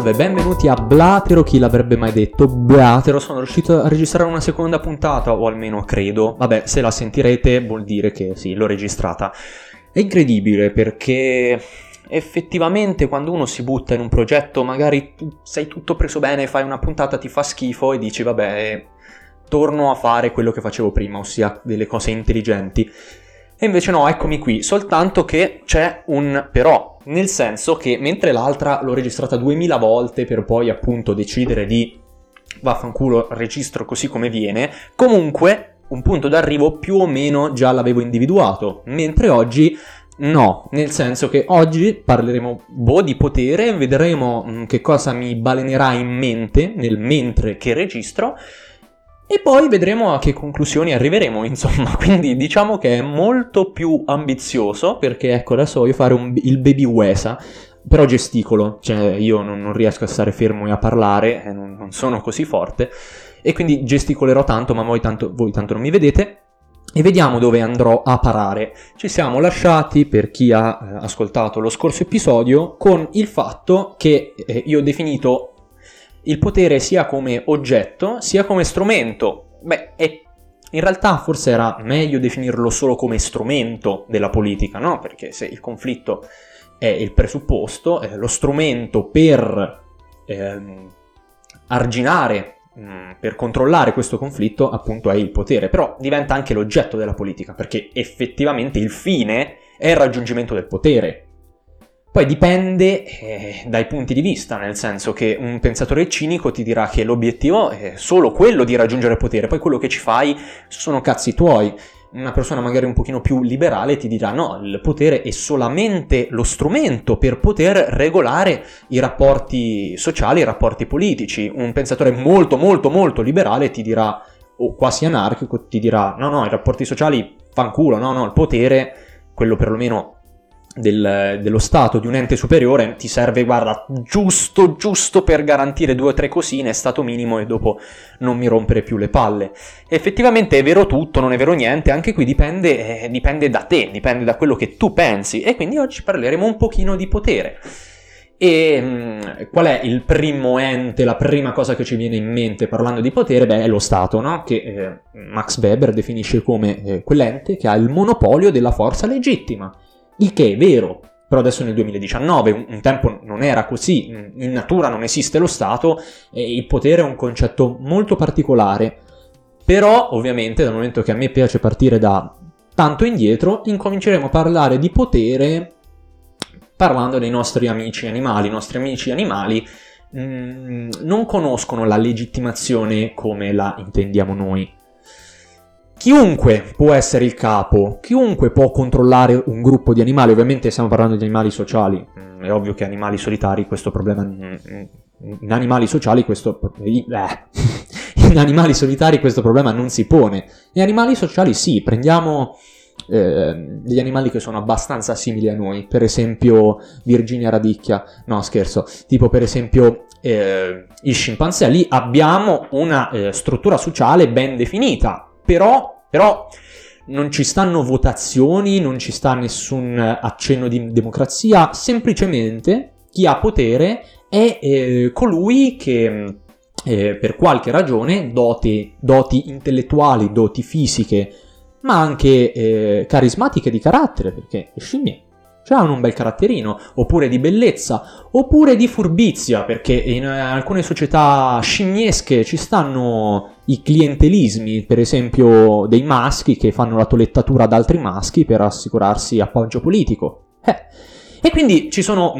Salve, benvenuti a Blatero, chi l'avrebbe mai detto? Blatero, sono riuscito a registrare una seconda puntata, o almeno credo. Vabbè, se la sentirete vuol dire che sì, l'ho registrata. È incredibile perché effettivamente quando uno si butta in un progetto, magari sei tutto preso bene, fai una puntata, ti fa schifo e dici vabbè, torno a fare quello che facevo prima, ossia delle cose intelligenti. E invece no, eccomi qui, soltanto che c'è un però, nel senso che mentre l'altra l'ho registrata 2000 volte per poi appunto decidere di vaffanculo, registro così come viene, comunque un punto d'arrivo più o meno già l'avevo individuato, mentre oggi no, nel senso che oggi parleremo di potere, vedremo che cosa mi balenerà in mente nel mentre che registro, e poi vedremo a che conclusioni arriveremo, insomma, quindi diciamo che è molto più ambizioso, perché ecco, adesso voglio fare il baby Wesa, però gesticolo, cioè io non riesco a stare fermo e a parlare, non sono così forte, e quindi gesticolerò tanto, ma voi tanto non mi vedete, e vediamo dove andrò a parare. Ci siamo lasciati, per chi ha ascoltato lo scorso episodio, con il fatto che io ho definito il potere sia come oggetto, sia come strumento. In realtà forse era meglio definirlo solo come strumento della politica, no? Perché se il conflitto è il presupposto, lo strumento per arginare, per controllare questo conflitto, appunto, è il potere. Però diventa anche l'oggetto della politica, perché effettivamente il fine è il raggiungimento del potere. Poi dipende dai punti di vista, nel senso che un pensatore cinico ti dirà che l'obiettivo è solo quello di raggiungere il potere, poi quello che ci fai sono cazzi tuoi. Una persona magari un pochino più liberale ti dirà no, il potere è solamente lo strumento per poter regolare i rapporti sociali, i rapporti politici. Un pensatore molto molto molto liberale ti dirà, o quasi anarchico, ti dirà no, i rapporti sociali fanculo, no, il potere, quello perlomeno dello Stato, di un ente superiore, ti serve, guarda, giusto per garantire 2 o 3 cosine, stato minimo, e dopo non mi rompere più le palle. Effettivamente è vero tutto, non è vero niente, anche qui dipende da te, dipende da quello che tu pensi, e quindi oggi parleremo un pochino di potere. E qual è il primo ente, la prima cosa che ci viene in mente parlando di potere? È lo Stato, no? Che Max Weber definisce come quell'ente che ha il monopolio della forza legittima. Il che è vero, però adesso nel 2019, un tempo non era così, in natura non esiste lo Stato, e il potere è un concetto molto particolare, però ovviamente dal momento che a me piace partire da tanto indietro, incominceremo a parlare di potere parlando dei nostri amici animali. I nostri amici animali non conoscono la legittimazione come la intendiamo noi. Chiunque può essere il capo, chiunque può controllare un gruppo di animali, ovviamente stiamo parlando di animali sociali, è ovvio che animali solitari questo problema, in animali sociali questo, in animali solitari questo problema non si pone, in animali sociali sì, prendiamo degli animali che sono abbastanza simili a noi, per esempio Virginia radicchia, no scherzo, tipo per esempio il scimpanzé. Lì abbiamo una struttura sociale ben definita, però non ci stanno votazioni, non ci sta nessun accenno di democrazia, semplicemente chi ha potere è colui che per qualche ragione, doti intellettuali, doti fisiche, ma anche carismatiche di carattere, perché le scimmie hanno un bel caratterino, oppure di bellezza, oppure di furbizia, perché in alcune società scimmiesche ci stanno i clientelismi, per esempio dei maschi che fanno la tolettatura ad altri maschi per assicurarsi appoggio politico. E quindi ci sono,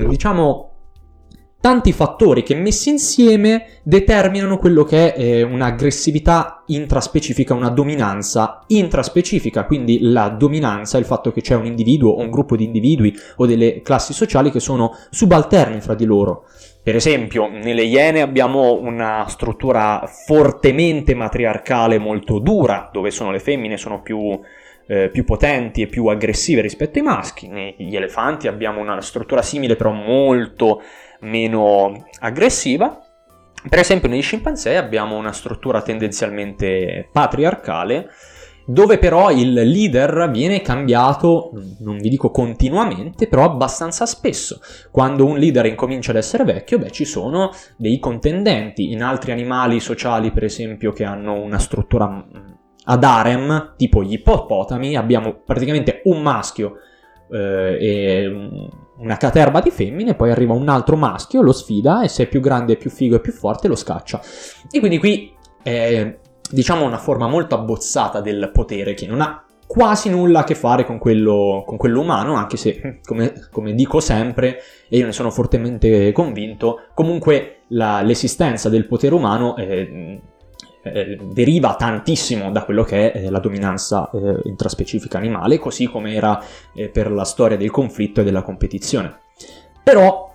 tanti fattori che messi insieme determinano quello che è un'aggressività intraspecifica, una dominanza intraspecifica, quindi la dominanza è il fatto che c'è un individuo o un gruppo di individui o delle classi sociali che sono subalterni fra di loro. Per esempio, nelle Iene abbiamo una struttura fortemente matriarcale molto dura, dove le femmine sono più potenti e più aggressive rispetto ai maschi. Negli elefanti abbiamo una struttura simile però molto meno aggressiva. Per esempio negli scimpanzé abbiamo una struttura tendenzialmente patriarcale dove però il leader viene cambiato, non vi dico continuamente, però abbastanza spesso. Quando un leader incomincia ad essere vecchio, ci sono dei contendenti. In altri animali sociali, per esempio, che hanno una struttura ad harem, tipo gli ippopotami, abbiamo praticamente un maschio e una caterva di femmine, poi arriva un altro maschio, lo sfida, e se è più grande, più figo e più forte lo scaccia. E quindi qui diciamo una forma molto abbozzata del potere che non ha quasi nulla a che fare con quello umano, anche se, come dico sempre, e io ne sono fortemente convinto, comunque l'esistenza del potere umano deriva tantissimo da quello che è la dominanza intraspecifica animale, così come era per la storia del conflitto e della competizione. Però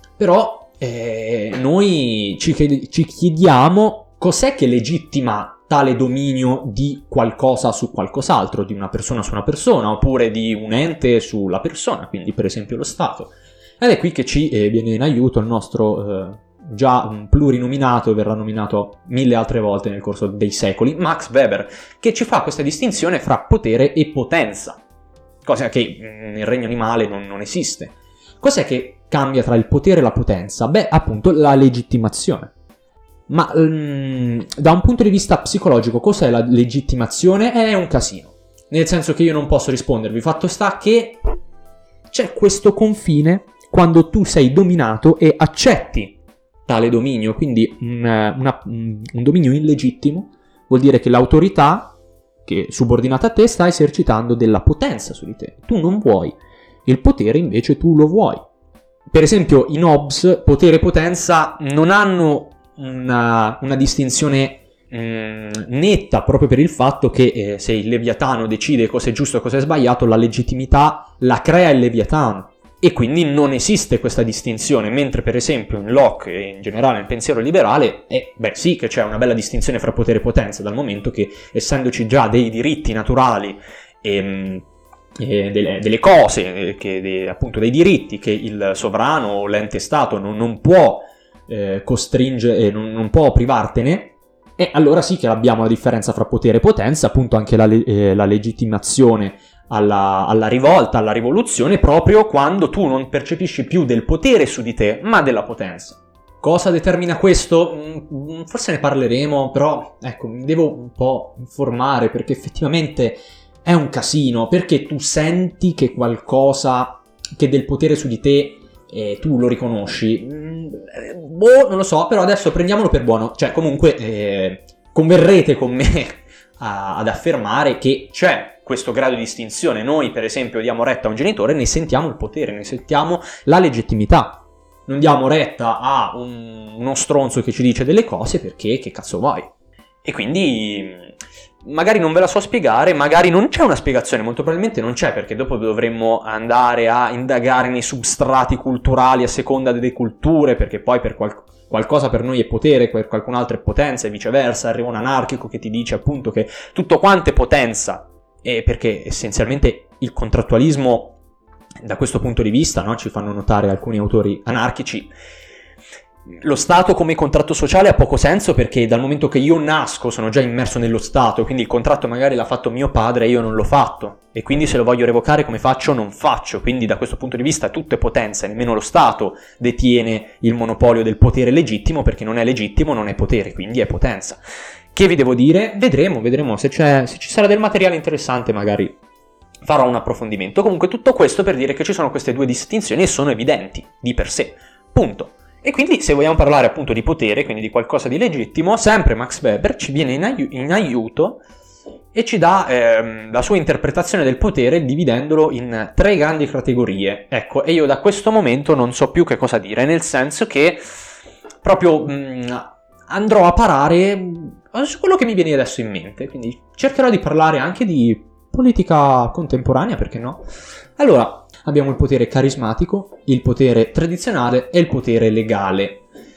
noi ci chiediamo cos'è che legittima tale dominio di qualcosa su qualcos'altro, di una persona su una persona, oppure di un ente sulla persona, quindi per esempio lo Stato. Ed è qui che ci viene in aiuto il nostro già plurinominato, verrà nominato 1000 altre volte nel corso dei secoli, Max Weber, che ci fa questa distinzione fra potere e potenza, cosa che nel regno animale non esiste. Cos'è che cambia tra il potere e la potenza? Appunto la legittimazione. Ma da un punto di vista psicologico, cos'è la legittimazione? È un casino. Nel senso che io non posso rispondervi. Fatto sta che c'è questo confine quando tu sei dominato e accetti tale dominio. Quindi un dominio illegittimo vuol dire che l'autorità che è subordinata a te sta esercitando della potenza su di te. Tu non vuoi. Il potere invece tu lo vuoi. Per esempio in Hobbes potere e potenza non hanno una distinzione netta, proprio per il fatto che se il Leviatano decide cosa è giusto e cosa è sbagliato, la legittimità la crea il Leviatano e quindi non esiste questa distinzione, mentre per esempio in Locke e in generale nel pensiero liberale sì che c'è una bella distinzione fra potere e potenza, dal momento che essendoci già dei diritti naturali delle cose, appunto dei diritti che il sovrano o l'ente stato non può costringere, non può privartene, e allora sì che abbiamo la differenza fra potere e potenza, appunto anche la legittimazione alla rivolta, alla rivoluzione, proprio quando tu non percepisci più del potere su di te, ma della potenza. Cosa determina questo? Forse ne parleremo, però ecco, mi devo un po' informare, perché effettivamente è un casino, perché tu senti che qualcosa, che del potere su di te tu lo riconosci. Non lo so, però adesso prendiamolo per buono. Cioè, comunque, converrete con me ad affermare che c'è questo grado di distinzione. Noi, per esempio, diamo retta a un genitore, ne sentiamo il potere, ne sentiamo la legittimità. Non diamo retta a uno stronzo che ci dice delle cose perché che cazzo vuoi. E quindi magari non ve la so spiegare, magari non c'è una spiegazione, molto probabilmente non c'è, perché dopo dovremmo andare a indagare nei substrati culturali a seconda delle culture, perché poi per qualcosa per noi è potere, per qualcun altro è potenza e viceversa. Arriva un anarchico che ti dice appunto che tutto quanto è potenza, perché essenzialmente il contrattualismo da questo punto di vista, no, ci fanno notare alcuni autori anarchici, lo Stato come contratto sociale ha poco senso, perché dal momento che io nasco sono già immerso nello Stato, quindi il contratto magari l'ha fatto mio padre e io non l'ho fatto, e quindi se lo voglio revocare come faccio? Non faccio. Quindi da questo punto di vista tutto è potenza, e nemmeno lo Stato detiene il monopolio del potere legittimo, perché non è legittimo, non è potere, quindi è potenza. Che vi devo dire? Vedremo se ci sarà del materiale interessante, magari farò un approfondimento. Comunque tutto questo per dire che ci sono queste due distinzioni e sono evidenti di per sé, punto. E quindi se vogliamo parlare appunto di potere, quindi di qualcosa di legittimo, sempre Max Weber ci viene in aiuto e ci dà la sua interpretazione del potere dividendolo in 3 grandi categorie. Ecco, e io da questo momento non so più che cosa dire, nel senso che proprio andrò a parare su quello che mi viene adesso in mente, quindi cercherò di parlare anche di politica contemporanea, perché no? Allora, abbiamo il potere carismatico, il potere tradizionale e il potere legale.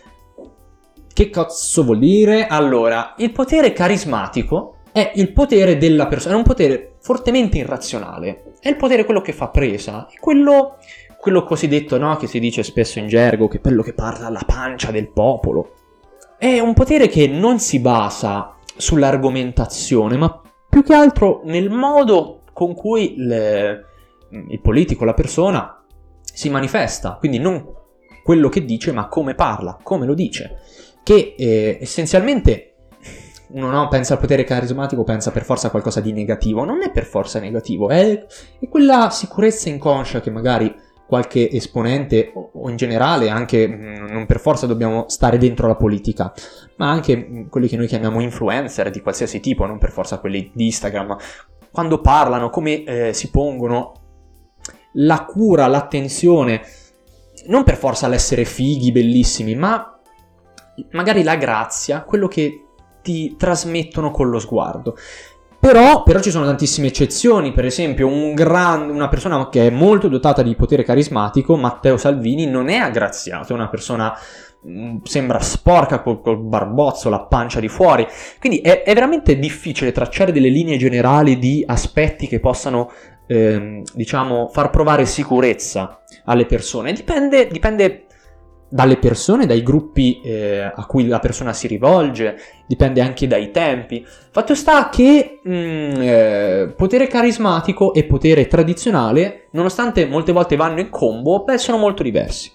Che cazzo vuol dire? Allora, il potere carismatico è il potere della persona, è un potere fortemente irrazionale, è il potere quello che fa presa, è quello cosiddetto, no, che si dice spesso in gergo, che è quello che parla alla pancia del popolo. È un potere che non si basa sull'argomentazione, ma più che altro nel modo con cui il politico, la persona, si manifesta, quindi non quello che dice, ma come parla, come lo dice, che essenzialmente uno pensa al potere carismatico, pensa per forza a qualcosa di negativo. Non è per forza negativo, è quella sicurezza inconscia che magari qualche esponente o in generale anche, non per forza dobbiamo stare dentro la politica, ma anche quelli che noi chiamiamo influencer di qualsiasi tipo, non per forza quelli di Instagram, quando parlano, come si pongono, la cura, l'attenzione, non per forza l'essere fighi, bellissimi, ma magari la grazia, quello che ti trasmettono con lo sguardo. Però ci sono tantissime eccezioni. Per esempio una persona che è molto dotata di potere carismatico, Matteo Salvini, non è aggraziato, è una persona sembra sporca col barbozzo, la pancia di fuori, quindi è veramente difficile tracciare delle linee generali di aspetti che possano diciamo far provare sicurezza alle persone. Dipende dalle persone, dai gruppi a cui la persona si rivolge, dipende anche dai tempi. Fatto sta che potere carismatico e potere tradizionale, nonostante molte volte vanno in combo, sono molto diversi.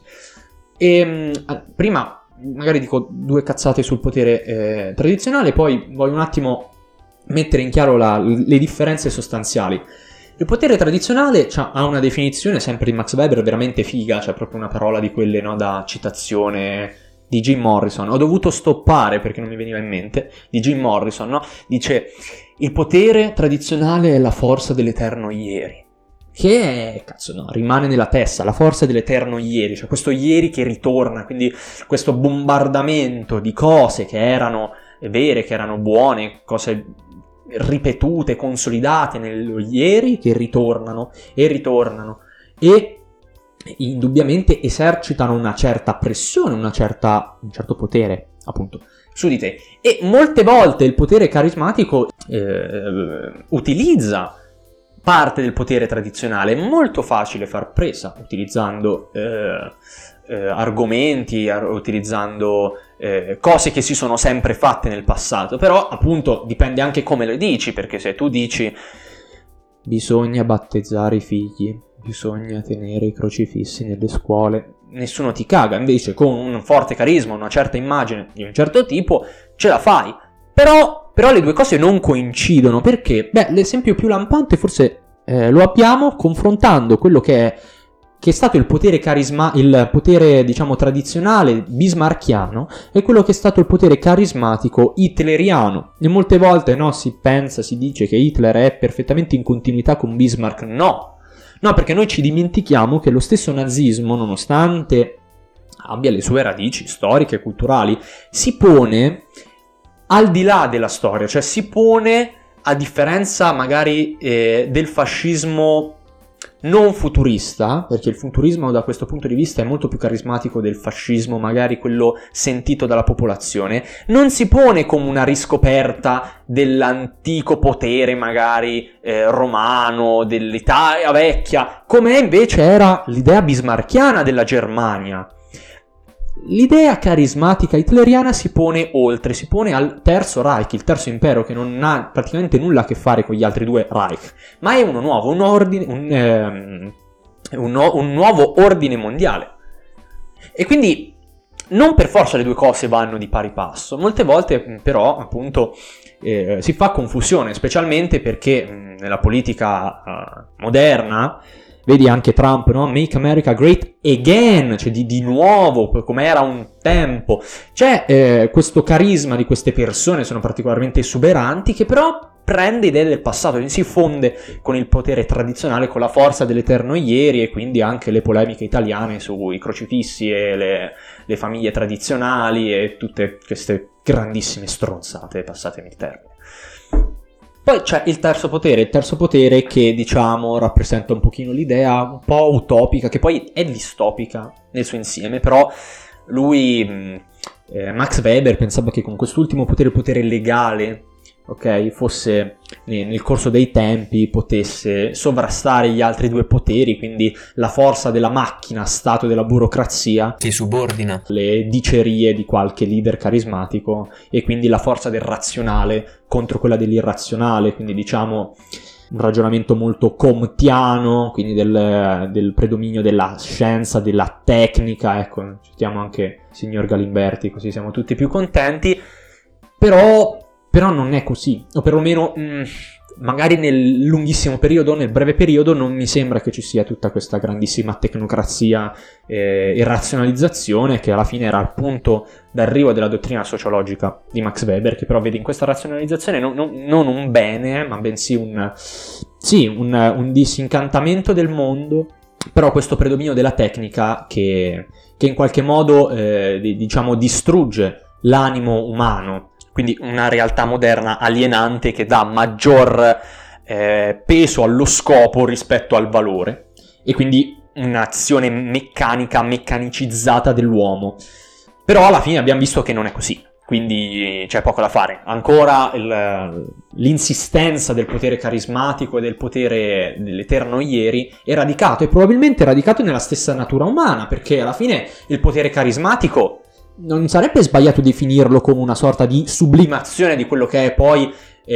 Prima magari dico due cazzate sul potere tradizionale, poi voglio un attimo mettere in chiaro le differenze sostanziali. Il potere tradizionale ha una definizione sempre di Max Weber veramente figa, c'è proprio una parola di quelle, no, da citazione di Jim Morrison. Ho dovuto stoppare perché non mi veniva in mente, di Jim Morrison, no? Dice: il potere tradizionale è la forza dell'eterno ieri. Che rimane nella testa, la forza dell'eterno ieri, cioè questo ieri che ritorna, quindi questo bombardamento di cose che erano vere, che erano buone, cose ripetute, consolidate nello ieri, che ritornano e indubbiamente esercitano una certa pressione, un certo potere, appunto, su di te. E molte volte il potere carismatico utilizza parte del potere tradizionale. È molto facile far presa utilizzando argomenti, utilizzando cose che si sono sempre fatte nel passato, però appunto dipende anche come le dici, perché se tu dici bisogna battezzare i figli, bisogna tenere i crocifissi nelle scuole, nessuno ti caga. Invece con un forte carisma, una certa immagine di un certo tipo, ce la fai. Però le due cose non coincidono, perché l'esempio più lampante forse lo abbiamo confrontando quello che è stato il potere diciamo tradizionale bismarchiano e quello che è stato il potere carismatico hitleriano. E molte volte si dice che Hitler è perfettamente in continuità con Bismarck. No, perché noi ci dimentichiamo che lo stesso nazismo, nonostante abbia le sue radici storiche e culturali, si pone al di là della storia, cioè si pone, a differenza magari del fascismo non futurista, perché il futurismo da questo punto di vista è molto più carismatico del fascismo, magari quello sentito dalla popolazione, non si pone come una riscoperta dell'antico potere magari romano, dell'Italia vecchia, come invece era l'idea bismarchiana della Germania. L'idea carismatica hitleriana si pone oltre, si pone al Terzo Reich, il Terzo Impero, che non ha praticamente nulla a che fare con gli altri due Reich, ma è uno nuovo, un nuovo ordine mondiale. E quindi non per forza le due cose vanno di pari passo. Molte volte però appunto si fa confusione, specialmente perché nella politica moderna, vedi anche Trump, no? Make America Great Again, cioè di nuovo, come era un tempo. C'è questo carisma di queste persone, sono particolarmente esuberanti, che però prende idee del passato, si fonde con il potere tradizionale, con la forza dell'eterno ieri, e quindi anche le polemiche italiane sui crocifissi e le famiglie tradizionali e tutte queste grandissime stronzate, passatemi il termine. Poi c'è il terzo potere che diciamo rappresenta un pochino l'idea un po' utopica, che poi è distopica nel suo insieme, però lui, Max Weber, pensava che con quest'ultimo potere, il potere legale, ok, fosse nel corso dei tempi potesse sovrastare gli altri due poteri, quindi la forza della macchina, stato della burocrazia, si subordina le dicerie di qualche leader carismatico, e quindi la forza del razionale contro quella dell'irrazionale, quindi diciamo un ragionamento molto comtiano, quindi del predominio della scienza, della tecnica. Ecco, citiamo anche il signor Galimberti, così siamo tutti più contenti. Però non è così, o perlomeno magari nel lunghissimo periodo, nel breve periodo, non mi sembra che ci sia tutta questa grandissima tecnocrazia e razionalizzazione, che alla fine era il punto d'arrivo della dottrina sociologica di Max Weber, che però vede in questa razionalizzazione non un bene, ma bensì un disincantamento del mondo, però questo predominio della tecnica che in qualche modo diciamo distrugge l'animo umano. Quindi una realtà moderna alienante che dà maggior peso allo scopo rispetto al valore, e quindi un'azione meccanica, meccanicizzata dell'uomo. Però alla fine abbiamo visto che non è così, quindi c'è poco da fare. Ancora l'insistenza del potere carismatico e del potere dell'eterno ieri è radicato, e probabilmente è radicato nella stessa natura umana, perché alla fine il potere carismatico non sarebbe sbagliato definirlo come una sorta di sublimazione di quello che è poi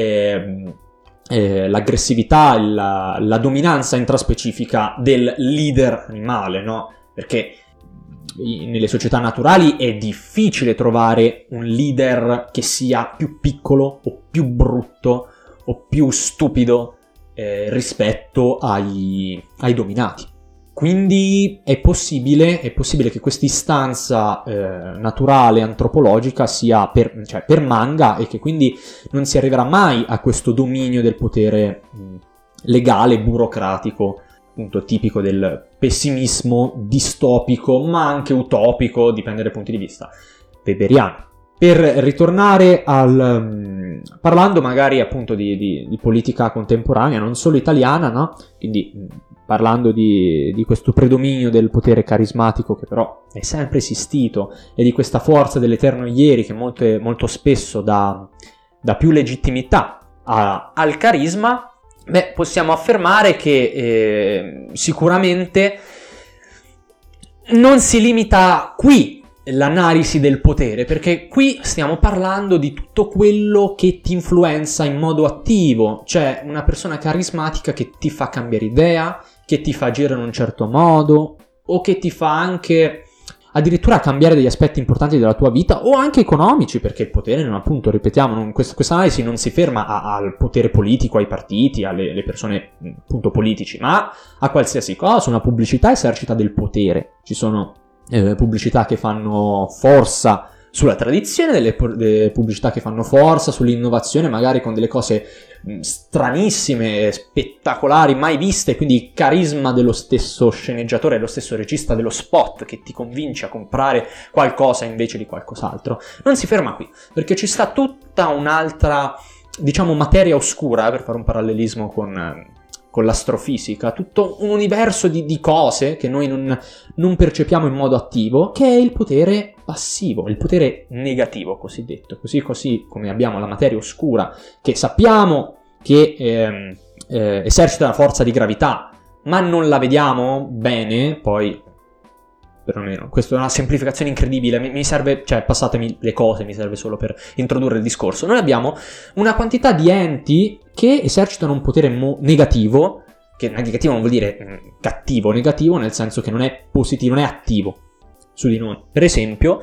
l'aggressività, la dominanza intraspecifica del leader animale, no? Perché nelle società naturali è difficile trovare un leader che sia più piccolo o più brutto o più stupido rispetto ai dominati. Quindi è possibile che questa istanza naturale, antropologica permanga, e che quindi non si arriverà mai a questo dominio del potere legale, burocratico, appunto tipico del pessimismo distopico, ma anche utopico, dipende dai punti di vista, weberiano. Per ritornare parlando magari appunto di politica contemporanea, non solo italiana, no? Quindi parlando di questo predominio del potere carismatico che però è sempre esistito, e di questa forza dell'eterno ieri che molto spesso dà più legittimità al carisma, possiamo affermare che sicuramente non si limita qui l'analisi del potere, perché qui stiamo parlando di tutto quello che ti influenza in modo attivo, cioè una persona carismatica che ti fa cambiare idea, che ti fa agire in un certo modo, o che ti fa anche addirittura cambiare degli aspetti importanti della tua vita, o anche economici, perché il potere, appunto, ripetiamo, questa analisi non si ferma al potere politico, ai partiti, alle persone appunto politici, ma a qualsiasi cosa. Una pubblicità esercita del potere. Ci sono pubblicità che fanno forza sulla tradizione, delle pubblicità che fanno forza sull'innovazione, magari con delle cose stranissime, spettacolari, mai viste, quindi il carisma dello stesso sceneggiatore, dello stesso regista dello spot, che ti convince a comprare qualcosa invece di qualcos'altro. Non si ferma qui, perché ci sta tutta un'altra, diciamo, materia oscura, per fare un parallelismo con l'astrofisica, tutto un universo di cose che noi non percepiamo in modo attivo, che è il potere passivo, il potere negativo cosiddetto, così come abbiamo la materia oscura che sappiamo che esercita la forza di gravità, ma non la vediamo bene. Poi, perlomeno, questa è una semplificazione incredibile, mi serve, cioè passatemi le cose, mi serve solo per introdurre il discorso. Noi abbiamo una quantità di enti che esercitano un potere negativo, che negativo non vuol dire cattivo, negativo nel senso che non è positivo, non è attivo su di noi. Per esempio,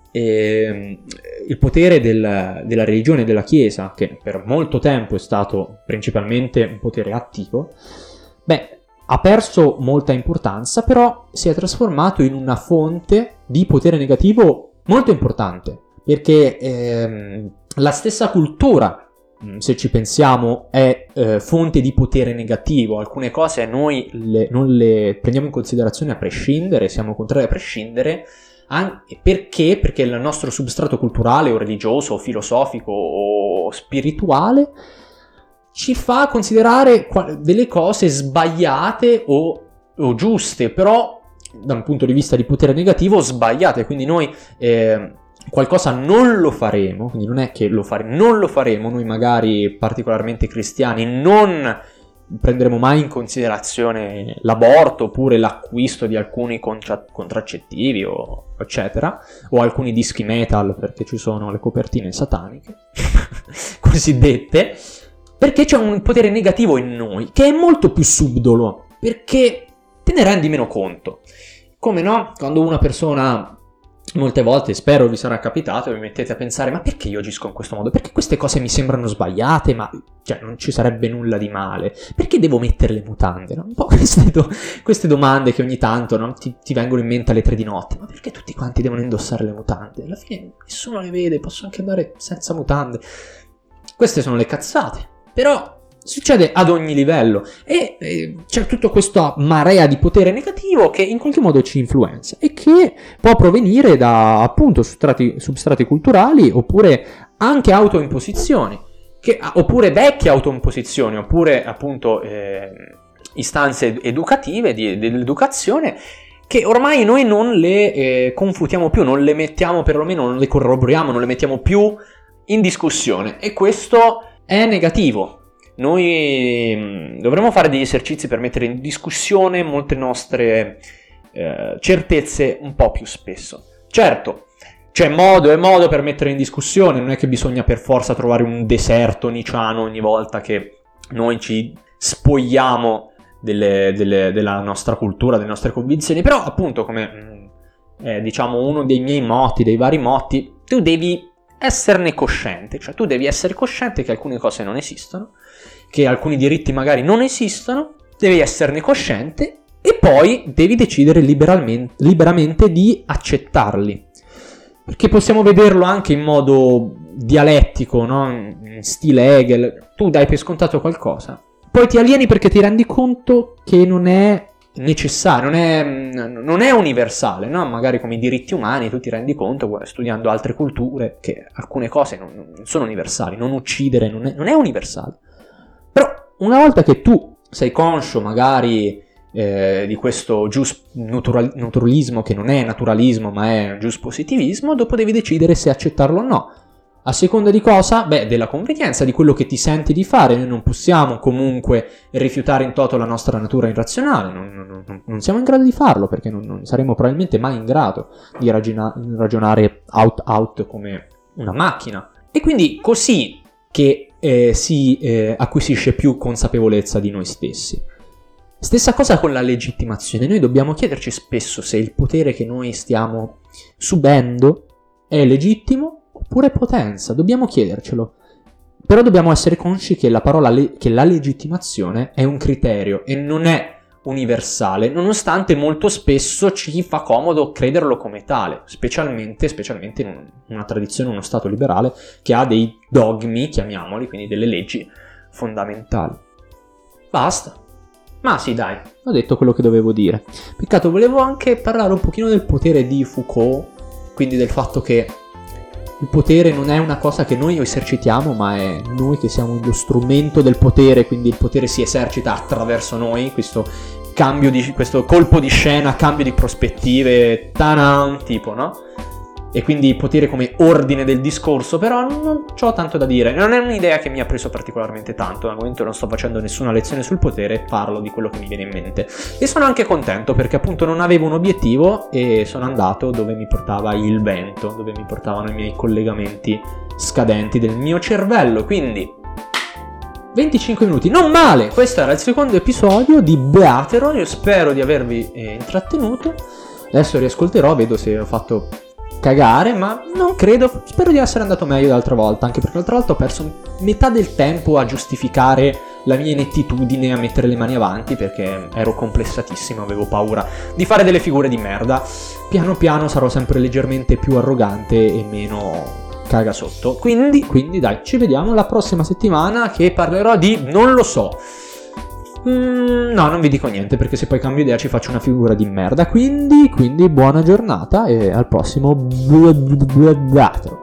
il potere della religione e della Chiesa, che per molto tempo è stato principalmente un potere attivo, ha perso molta importanza, però si è trasformato in una fonte di potere negativo molto importante, perché la stessa cultura, se ci pensiamo, è fonte di potere negativo. Alcune cose noi non le prendiamo in considerazione a prescindere, siamo contrari a prescindere. Perché? Perché il nostro substrato culturale o religioso o filosofico o spirituale ci fa considerare delle cose sbagliate o giuste, però da un punto di vista di potere negativo sbagliate. Quindi noi qualcosa non lo faremo, quindi non è che non lo faremo, noi magari particolarmente cristiani non prenderemo mai in considerazione l'aborto oppure l'acquisto di alcuni contraccettivi o eccetera, o alcuni dischi metal, perché ci sono le copertine sataniche cosiddette, perché c'è un potere negativo in noi che è molto più subdolo, perché te ne rendi meno conto. Come no? Quando una persona, molte volte, spero vi sarà capitato, vi mettete a pensare: ma perché io agisco in questo modo? Perché queste cose mi sembrano sbagliate, ma non ci sarebbe nulla di male. Perché devo mettere le mutande? No? Un po' queste domande che ogni tanto, no, ti vengono in mente alle 3 di notte. Ma perché tutti quanti devono indossare le mutande? Alla fine nessuno le vede, posso anche andare senza mutande. Queste sono le cazzate. Però succede ad ogni livello e c'è tutta questa marea di potere negativo che in qualche modo ci influenza e che può provenire da appunto substrati culturali oppure anche autoimposizioni, oppure vecchie autoimposizioni, oppure appunto istanze educative dell'educazione che ormai noi non le confutiamo più, non le mettiamo, perlomeno non le corroboriamo, non le mettiamo più in discussione, e questo è negativo. Noi dovremmo fare degli esercizi per mettere in discussione molte nostre certezze un po' più spesso. Certo, c'è modo e modo per mettere in discussione, non è che bisogna per forza trovare un deserto nicciano ogni volta che noi ci spogliamo della nostra cultura, delle nostre convinzioni, però appunto come diciamo uno dei miei motti, dei vari motti, tu devi esserne cosciente, cioè tu devi essere cosciente che alcune cose non esistono, che alcuni diritti magari non esistono, devi esserne cosciente e poi devi decidere liberamente di accettarli. Perché possiamo vederlo anche in modo dialettico, no? In stile Hegel. Tu dai per scontato qualcosa, poi ti alieni perché ti rendi conto che non è necessario, non è universale, no? Magari come i diritti umani tu ti rendi conto, studiando altre culture, che alcune cose non sono universali. Non uccidere non è universale. Però una volta che tu sei conscio magari di questo naturalismo, che non è naturalismo ma è giuspositivismo, dopo devi decidere se accettarlo o no. A seconda di cosa? Beh, della convenienza, di quello che ti senti di fare. Noi non possiamo comunque rifiutare in toto la nostra natura irrazionale, non siamo in grado di farlo, perché non saremo probabilmente mai in grado di ragionare out come una macchina. E quindi così che si acquisisce più consapevolezza di noi stessi. Stessa cosa con la legittimazione. Noi dobbiamo chiederci spesso se il potere che noi stiamo subendo è legittimo oppure potenza. Dobbiamo chiedercelo. Però dobbiamo essere consci che che la legittimazione è un criterio e non è universale, nonostante molto spesso ci fa comodo crederlo come tale, specialmente in una tradizione, uno stato liberale che ha dei dogmi, chiamiamoli, quindi delle leggi fondamentali. Basta. Ma sì, dai, ho detto quello che dovevo dire. Peccato, volevo anche parlare un pochino del potere di Foucault, quindi del fatto che il potere non è una cosa che noi esercitiamo, ma è noi che siamo lo strumento del potere, quindi il potere si esercita attraverso noi, questo colpo di scena, cambio di prospettive, tanan, tipo, no? E quindi potere come ordine del discorso, però non c'ho tanto da dire. Non è un'idea che mi ha preso particolarmente tanto, al momento non sto facendo nessuna lezione sul potere, parlo di quello che mi viene in mente. E sono anche contento perché appunto non avevo un obiettivo e sono andato dove mi portava il vento, dove mi portavano i miei collegamenti scadenti del mio cervello, quindi 25 minuti, non male! Questo era il secondo episodio di Beatero, io spero di avervi intrattenuto. Adesso riascolterò, vedo se ho fatto cagare, ma non credo, spero di essere andato meglio l'altra volta, anche perché l'altra volta ho perso metà del tempo a giustificare la mia inettitudine a mettere le mani avanti perché ero complessatissimo, avevo paura di fare delle figure di merda. Piano piano sarò sempre leggermente più arrogante e meno caga sotto, quindi dai, ci vediamo la prossima settimana che parlerò di non lo so. No, non vi dico niente perché se poi cambio idea ci faccio una figura di merda. Quindi buona giornata e al prossimo Beatero.